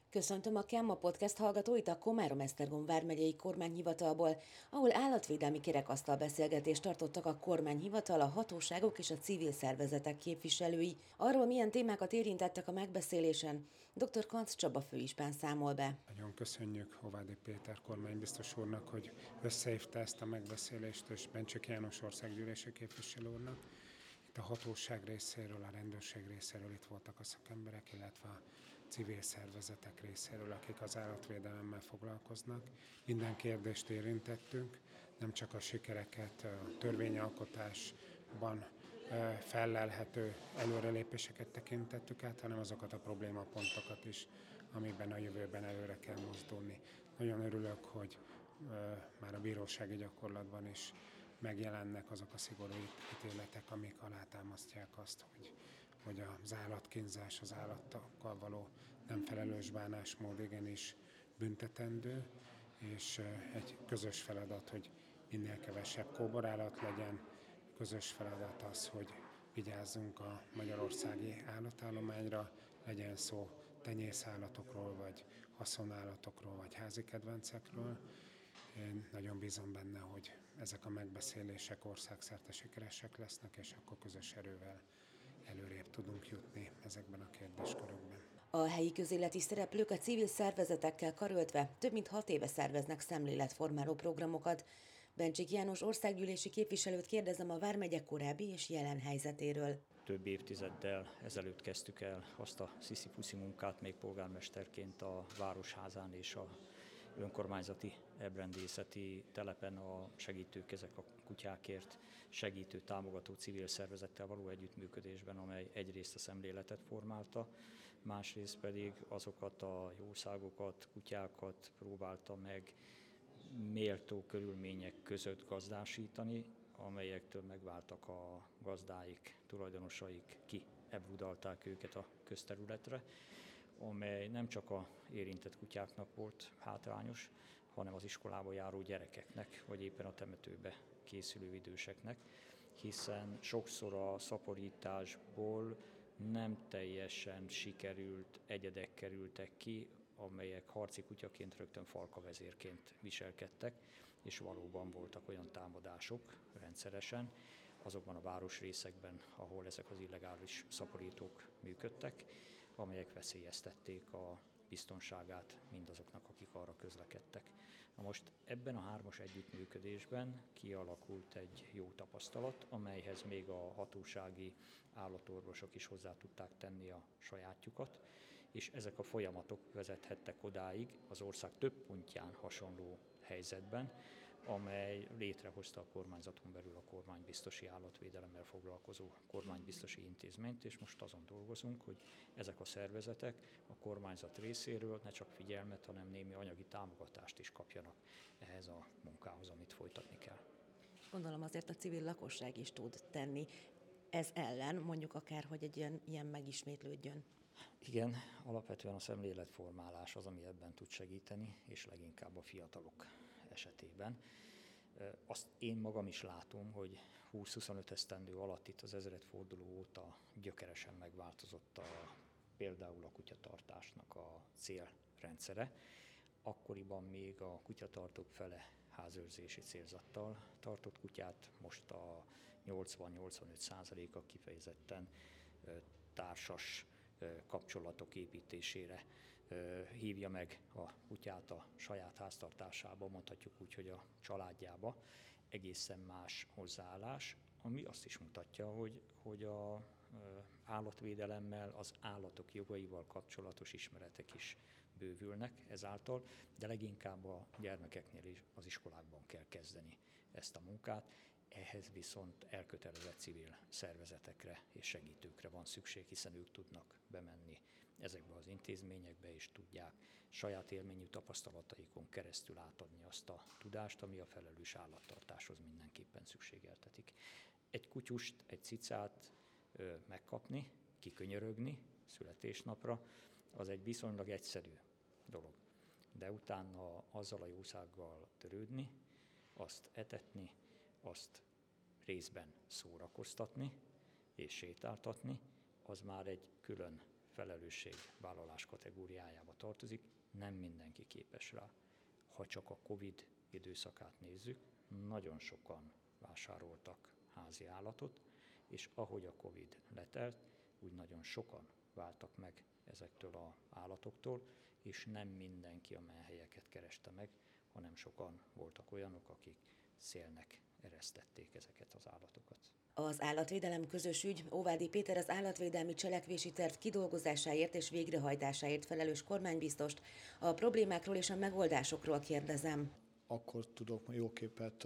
Köszöntöm a Kemma Podcast hallgatóit a Komárom-Esztergom vármegyei kormányhivatalból, ahol állatvédelmi kerekasztal beszélgetést tartottak a kormányhivatal, a hatóságok és a civil szervezetek képviselői. Arról, milyen témákat érintettek a megbeszélésen, dr. Kancz Csaba főispán számol be. Nagyon köszönjük Hovádi Péter kormánybiztos úrnak, hogy összehívta ezt a megbeszélést, és Bencsik János országgyűlési képviselő úrnak. Itt a hatóság részéről, a rendőrség részéről itt voltak a szakemberek, illetve a civil szervezetek részéről, akik az állatvédelemmel foglalkoznak. Minden kérdést érintettünk, nem csak a sikereket, a törvényalkotásban fellelhető előrelépéseket tekintettük át, hanem azokat a problémapontokat is, amiben a jövőben előre kell mozdulni. Nagyon örülök, hogy már a bírósági gyakorlatban is megjelennek azok a szigorú ítéletek, amik alátámasztják azt, hogy az állatkínzás, az állatokkal való nem felelős bánásmód igenis büntetendő, és egy közös feladat, hogy minél kevesebb kóborállat legyen, közös feladat az, hogy vigyázzunk a magyarországi állatállományra, legyen szó tenyészállatokról, vagy haszonállatokról, vagy házi kedvencekről. Én nagyon bízom benne, hogy ezek a megbeszélések országszerte sikeresek lesznek, és akkor közös erővel előrébb tudunk jutni ezekben a kérdéskörökben. A helyi közéleti szereplők a civil szervezetekkel karöltve több mint 6 éve szerveznek szemléletformáló programokat. Bencsik János országgyűlési képviselőt kérdezem a vármegye korábbi és jelen helyzetéről. Több évtizeddel ezelőtt kezdtük el azt a sziszifuszi munkát még polgármesterként a Városházán és a önkormányzati ebrendészeti telepen a segítőkezek a kutyákért segítő, támogató civil szervezettel való együttműködésben, amely egyrészt a szemléletet formálta, másrészt pedig azokat a jószágokat, kutyákat próbálta meg méltó körülmények között gazdásítani, amelyektől megváltak a gazdáik, tulajdonosaik, kiebrudalták őket a közterületre, amely nem csak a érintett kutyáknak volt hátrányos, hanem az iskolába járó gyerekeknek, vagy éppen a temetőbe készülő időseknek, hiszen sokszor a szaporításból nem teljesen sikerült egyedek kerültek ki, amelyek harci kutyaként rögtön falkavezérként viselkedtek, és valóban voltak olyan támadások rendszeresen, azokban a városrészekben, ahol ezek az illegális szaporítók működtek, amelyek veszélyeztették a biztonságát mindazoknak, akik arra közlekedtek. Na most ebben a hármas együttműködésben kialakult egy jó tapasztalat, amelyhez még a hatósági állatorvosok is hozzá tudták tenni a sajátjukat, és ezek a folyamatok vezethettek odáig az ország több pontján hasonló helyzetben, amely létrehozta a kormányzaton belül a kormánybiztosi állatvédelemmel foglalkozó kormánybiztosi intézményt, és most azon dolgozunk, hogy ezek a szervezetek a kormányzat részéről ne csak figyelmet, hanem némi anyagi támogatást is kapjanak ehhez a munkához, amit folytatni kell. Gondolom azért a civil lakosság is tud tenni ez ellen, mondjuk akár, hogy egy ilyen megismétlődjön. Igen, alapvetően a szemléletformálás az, ami ebben tud segíteni, és leginkább a fiatalok esetében. Azt én magam is látom, hogy 20-25 esztendő alatt itt az ezredforduló óta gyökeresen megváltozott például a kutyatartásnak a célrendszere. Akkoriban még a kutyatartók fele házőrzési célzattal tartott kutyát, most a 80-85%-a kifejezetten társas kapcsolatok építésére hívja meg a kutyát a saját háztartásába, mondhatjuk úgy, hogy a családjába. Egészen más hozzáállás, ami azt is mutatja, hogy a állatvédelemmel, az állatok jogaival kapcsolatos ismeretek is bővülnek ezáltal, de leginkább a gyermekeknél is az iskolákban kell kezdeni ezt a munkát. Ehhez viszont elkötelezett civil szervezetekre és segítőkre van szükség, hiszen ők tudnak bemenni ezekbe az intézményekbe, és tudják saját élményű tapasztalataikon keresztül átadni azt a tudást, ami a felelős állattartáshoz mindenképpen szükségeltetik. Egy kutyust, egy cicát megkapni, kikönyörögni születésnapra, az egy viszonylag egyszerű dolog. De utána azzal a jószággal törődni, azt etetni, azt részben szórakoztatni és sétáltatni, az már egy külön felelősségvállalás kategóriájába tartozik, nem mindenki képes rá. Ha csak a Covid időszakát nézzük, nagyon sokan vásároltak házi állatot, és ahogy a Covid letelt, úgy nagyon sokan váltak meg ezektől az állatoktól, és nem mindenki a menhelyeket kereste meg, hanem sokan voltak olyanok, akik szélnek eresztették ezeket az állatokat. Az állatvédelem közös ügy. Óvádi Péter az állatvédelmi cselekvési terv kidolgozásáért és végrehajtásáért felelős kormánybiztost. A problémákról és a megoldásokról kérdezem. Akkor tudok jó képet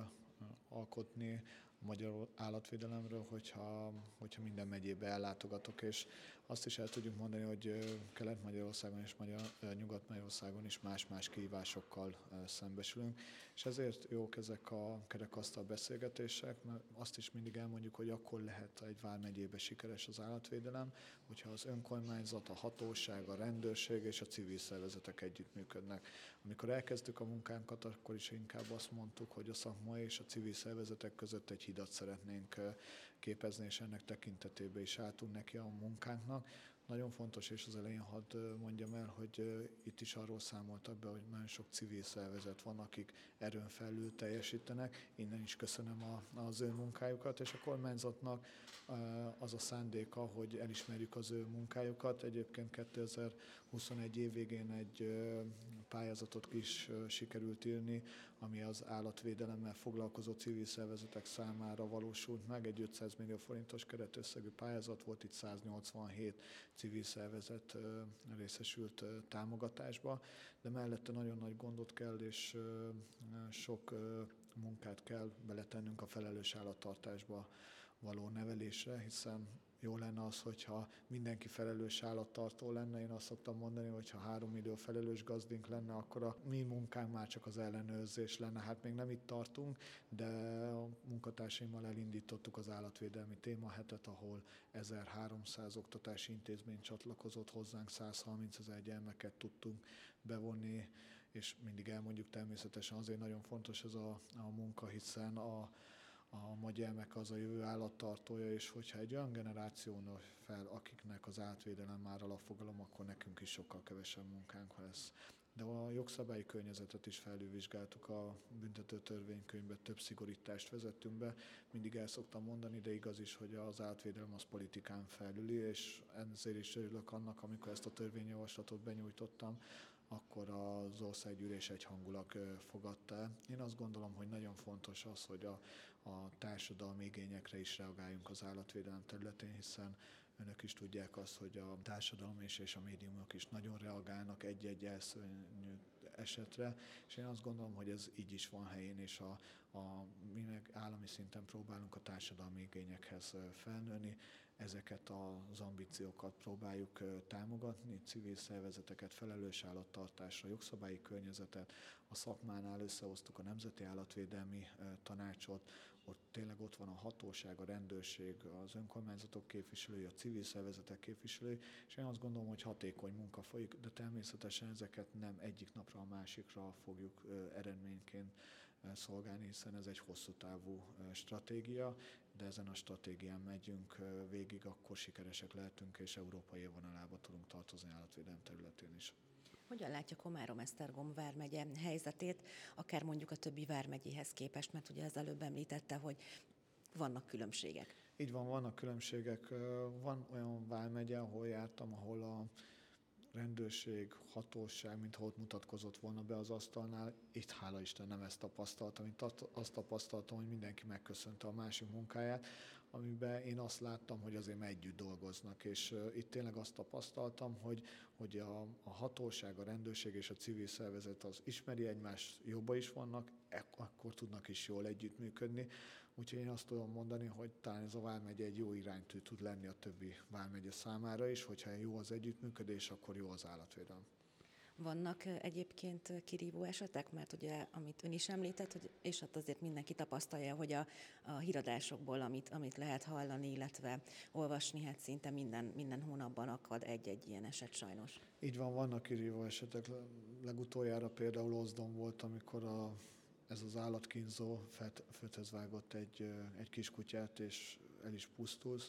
alkotni a magyar állatvédelemről, hogyha minden megyébe ellátogatok, és azt is el tudjuk mondani, hogy Kelet-Magyarországon és Nyugat-Magyarországon is más-más kihívásokkal szembesülünk, és ezért jók ezek a kerekasztal beszélgetések, mert azt is mindig elmondjuk, hogy akkor lehet egy vármegyébe sikeres az állatvédelem, hogyha az önkormányzat, a hatóság, a rendőrség és a civil szervezetek együttműködnek. Amikor elkezdtük a munkánkat, akkor is inkább azt mondtuk, hogy a szakmai és a civil szervezetek között egy hidat szeretnénk képezni, és ennek tekintetében is álltunk neki a munkánknak. Nagyon fontos, és az elején hadd mondjam el, hogy itt is arról számoltak be, hogy nagyon sok civil szervezet van, akik erőn felül teljesítenek. Innen is köszönöm az ő munkájukat, és a kormányzatnak az a szándéka, hogy elismerjük az ő munkájukat. Egyébként 2021 év végén egy pályázatot is sikerült írni, ami az állatvédelemmel foglalkozó civil szervezetek számára valósult meg. Egy 500 millió forintos keretösszegű pályázat volt, itt 187 civil szervezet részesült támogatásba, de mellette nagyon nagy gondot kell és sok munkát kell beletennünk a felelős állattartásba való nevelésre, hiszen jó lenne az, hogyha mindenki felelős állattartó lenne. Én azt szoktam mondani, hogy ha 3 millió felelős gazdink lenne, akkor a mi munkánk már csak az ellenőrzés lenne. Hát még nem itt tartunk, de a munkatársaimmal elindítottuk az állatvédelmi témahetet, ahol 1300 oktatási intézmény csatlakozott hozzánk, 130 000 gyermeket tudtunk bevonni, és mindig elmondjuk, természetesen azért nagyon fontos ez a munka, hiszen a gyermek az a jövő állattartója, és hogyha egy olyan generáció nő fel, akiknek az állatvédelem már alapfogalom, akkor nekünk is sokkal kevesebb munkánk lesz. De a jogszabályi környezetet is felülvizsgáltuk, a büntető törvénykönyvbe több szigorítást vezettünk be. Mindig el szoktam mondani, de igaz is, hogy az állatvédelem az politikán felüli, és ezért is örülök annak, amikor ezt a törvényjavaslatot benyújtottam, akkor az országgyűlés egyhangulag fogadta el. Én azt gondolom, hogy nagyon fontos az, hogy a társadalmi igényekre is reagáljunk az állatvédelem területén, hiszen önök is tudják azt, hogy a társadalom és a médiumok is nagyon reagálnak egy-egy elszörnyű esetre, és én azt gondolom, hogy ez így is van helyén, és mi meg állami szinten próbálunk a társadalmi igényekhez felnőni, ezeket az ambíciókat próbáljuk támogatni, civil szervezeteket, felelős állattartásra, jogszabályi környezetet, a szakmánál összehoztuk a Nemzeti Állatvédelmi Tanácsot, ott van a hatóság, a rendőrség, az önkormányzatok képviselői, a civil szervezetek képviselői, és én azt gondolom, hogy hatékony munka folyik, de természetesen ezeket nem egyik napra a másikra fogjuk eredményként szolgálni, hiszen ez egy hosszú távú stratégia, de ezen a stratégián megyünk végig, akkor sikeresek lehetünk, és európai élvonalába tudunk tartozni állatvédelem területén is. Hogyan látja Komárom-Esztergom vármegye helyzetét, akár mondjuk a többi vármegyéhez képest, mert ugye az előbb említette, hogy vannak különbségek. Így van, vannak különbségek. Van olyan vármegye, ahol jártam, ahol a rendőrség, hatóság, mintha ott mutatkozott volna be az asztalnál. Itt hála Isten nem ezt tapasztaltam. Itt azt tapasztaltam, hogy mindenki megköszönte a másik munkáját, amiben én azt láttam, hogy azért együtt dolgoznak, és itt tényleg azt tapasztaltam, hogy a hatóság, a rendőrség és a civil szervezet az ismeri egymást, jobban is vannak, akkor tudnak is jól együttműködni. Úgyhogy én azt tudom mondani, hogy talán ez a vármegye egy jó iránytű tud lenni a többi vármegye számára is, hogyha jó az együttműködés, akkor jó az állatvédelem. Vannak egyébként kirívó esetek, mert ugye, amit ön is említett, hogy, és hát azért mindenki tapasztalja, hogy a híradásokból, amit lehet hallani, illetve olvasni, hát szinte minden hónapban akad egy-egy ilyen eset sajnos. Így van, vannak kirívó esetek. Legutoljára például Ózdon volt, amikor ez az állatkínzó földhöz vágott egy kiskutyát, és el is pusztult.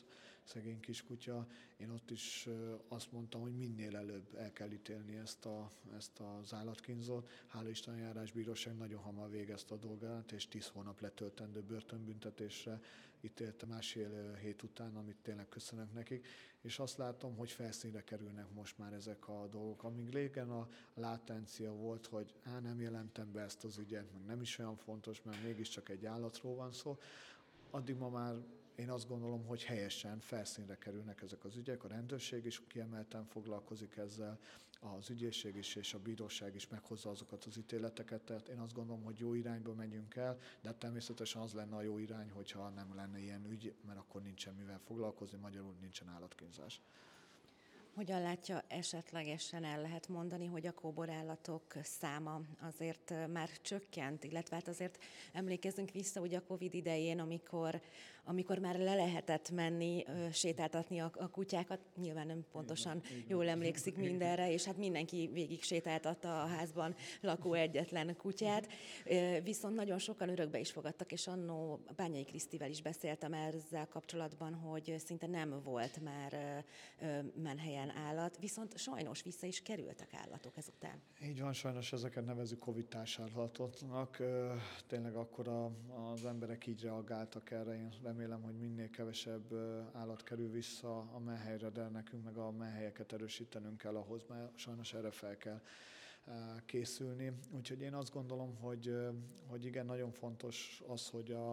szegény kiskutya. Én ott is azt mondtam, hogy minél előbb el kell ítélni ezt az állatkínzót. Hála Isten, a járásbíróság nagyon hamar végezte a dolgát, és 10 hónap letöltendő börtönbüntetésre ítélte 1,5 hét után, amit tényleg köszönök nekik, és azt látom, hogy felszínre kerülnek most már ezek a dolgok. Amíg régen a látencia volt, hogy nem jelentem be ezt az ügyet, meg nem is olyan fontos, mert mégiscsak egy állatról van szó, addig ma már én azt gondolom, hogy helyesen felszínre kerülnek ezek az ügyek, a rendőrség is kiemelten foglalkozik ezzel, az ügyészség is és a bíróság is meghozza azokat az ítéleteket, tehát én azt gondolom, hogy jó irányba megyünk el, de természetesen az lenne a jó irány, hogyha nem lenne ilyen ügy, mert akkor nincsen mivel foglalkozni, magyarul nincsen állatkínzás. Hogyan látja, esetlegesen el lehet mondani, hogy a kóborállatok száma azért már csökkent, illetve hát azért emlékezzünk vissza, hogy a Covid idején, amikor már le lehetett menni, sétáltatni a kutyákat, nyilván nem pontosan jól emlékszik mindenre, és hát mindenki végig sétáltatta a házban lakó egyetlen kutyát, viszont nagyon sokan örökbe is fogadtak, és annó Bányai Krisztivel is beszéltem ezzel kapcsolatban, hogy szinte nem volt már menhelyen állat, viszont sajnos vissza is kerültek állatok ezután. Így van, sajnos ezeket nevezzük Covid társállatoknak. Tényleg akkor az emberek így reagáltak erre. Én remélem, hogy minél kevesebb állat kerül vissza a menhelyre, de nekünk meg a menhelyeket erősítenünk kell ahhoz, mert sajnos erre fel kell készülni. Úgyhogy én azt gondolom, hogy igen, nagyon fontos az,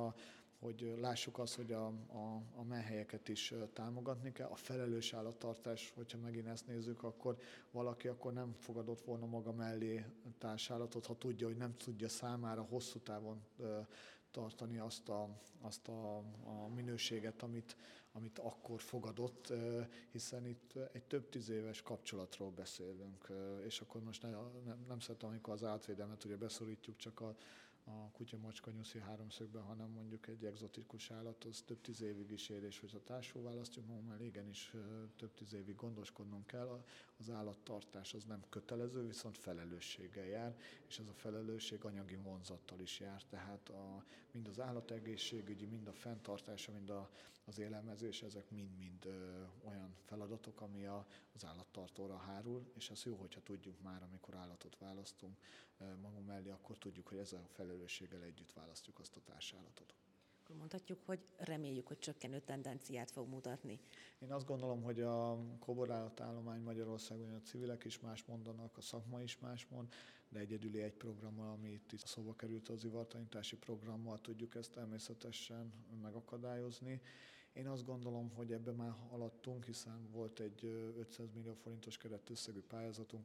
hogy lássuk azt, hogy a menhelyeket is támogatni kell. A felelős állattartás, hogyha megint ezt nézzük, akkor valaki akkor nem fogadott volna maga mellé társállatot, ha tudja, hogy nem tudja számára hosszú távon tartani azt a minőséget, amit akkor fogadott, hiszen itt egy több 10 éves kapcsolatról beszélünk, és akkor most nem szeretem, amikor az állatvédelmet ugye beszorítjuk csak a kutya, macska, nyuszi háromszögben, hanem mondjuk egy egzotikus állat, az több 10 évig is ér, és hogyha társul választjuk magunk, mert igenis több 10 évig gondoskodnunk kell. Az állattartás az nem kötelező, viszont felelősséggel jár, és ez a felelősség anyagi vonzattal is jár, tehát mind az állategészségügyi, mind a fenntartása, mind az élelmezés, ezek mind-mind olyan feladatok, ami az állattartóra hárul, és az jó, hogyha tudjuk már, amikor állatot választunk magunk mellé, akkor tudjuk, hogy ezzel a felelősséggel együtt választjuk azt a társállatot. Akkor mondhatjuk, hogy reméljük, hogy csökkenő tendenciát fog mutatni. Én azt gondolom, hogy a kóborállatállomány Magyarországon, a civilek is más mondanak, a szakma is más mond, de egyedüli egy programmal, ami itt szóba került, az ivartanítási programmal tudjuk ezt természetesen megakadályozni. Én azt gondolom, hogy ebben már haladtunk, hiszen volt egy 500 millió forintos keretösszegű pályázatunk,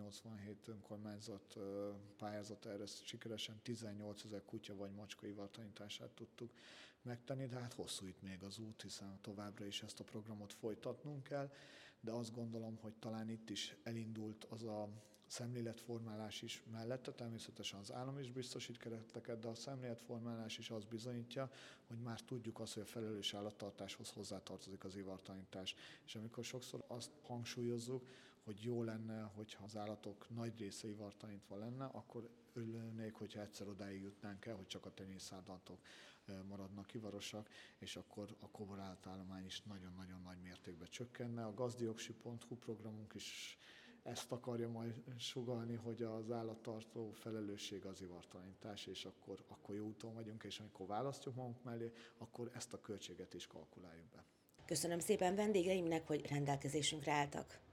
687 önkormányzat pályázat erre sikeresen 18 000 kutya vagy macska ivartanítását tudtuk megtenni, de hát hosszú itt még az út, hiszen továbbra is ezt a programot folytatnunk kell, de azt gondolom, hogy talán itt is elindult az a szemléletformálás is mellette, természetesen az állam is biztosít kereteket, de a szemléletformálás is azt bizonyítja, hogy már tudjuk azt, hogy a felelős állattartáshoz hozzátartozik az ivartanítás. És amikor sokszor azt hangsúlyozzuk, hogy jó lenne, hogyha az állatok nagy része ivartanítva lenne, akkor örülnék, hogyha egyszer odáig jutnánk el, hogy csak a tenyészállatok maradnak ivarosak, és akkor a kóborállatállomány is nagyon-nagyon nagy mértékben csökkenne. A gazdiogsi.hu programunk is ezt akarja majd sugallni, hogy az állattartó felelősség az ivartanítás, és akkor jó úton vagyunk, és amikor választjuk magunk mellé, akkor ezt a költséget is kalkuláljuk be. Köszönöm szépen vendégeimnek, hogy rendelkezésünkre álltak.